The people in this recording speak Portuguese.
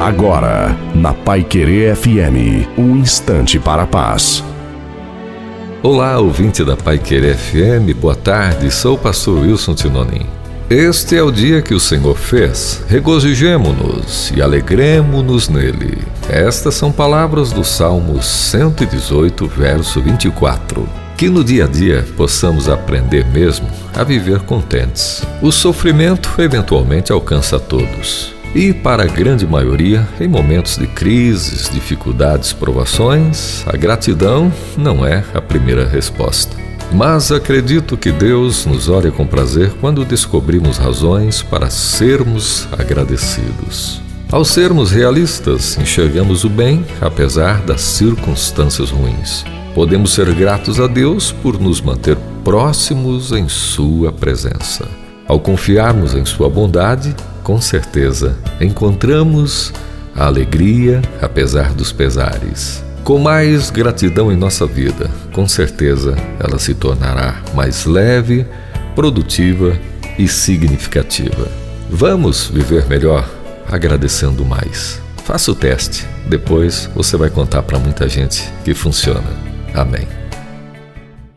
Agora, na Paiquerê FM, um instante para a paz. Olá, ouvinte da Paiquerê FM, boa tarde, sou o pastor Wilson Tinonim. Este é o dia que o Senhor fez, regozijemo-nos e alegremo-nos nele. Estas são palavras do Salmo 118, verso 24. Que no dia a dia possamos aprender mesmo a viver contentes. O sofrimento eventualmente alcança a todos. E para a grande maioria, em momentos de crises, dificuldades, provações, a gratidão não é a primeira resposta. Mas acredito que Deus nos olha com prazer quando descobrimos razões para sermos agradecidos. Ao sermos realistas, enxergamos o bem apesar das circunstâncias ruins. Podemos ser gratos a Deus por nos manter próximos em Sua presença. Ao confiarmos em Sua bondade, com certeza encontramos a alegria apesar dos pesares. Com mais gratidão em nossa vida, com certeza ela se tornará mais leve, produtiva e significativa. Vamos viver melhor agradecendo mais. Faça o teste, depois você vai contar para muita gente que funciona. Amém.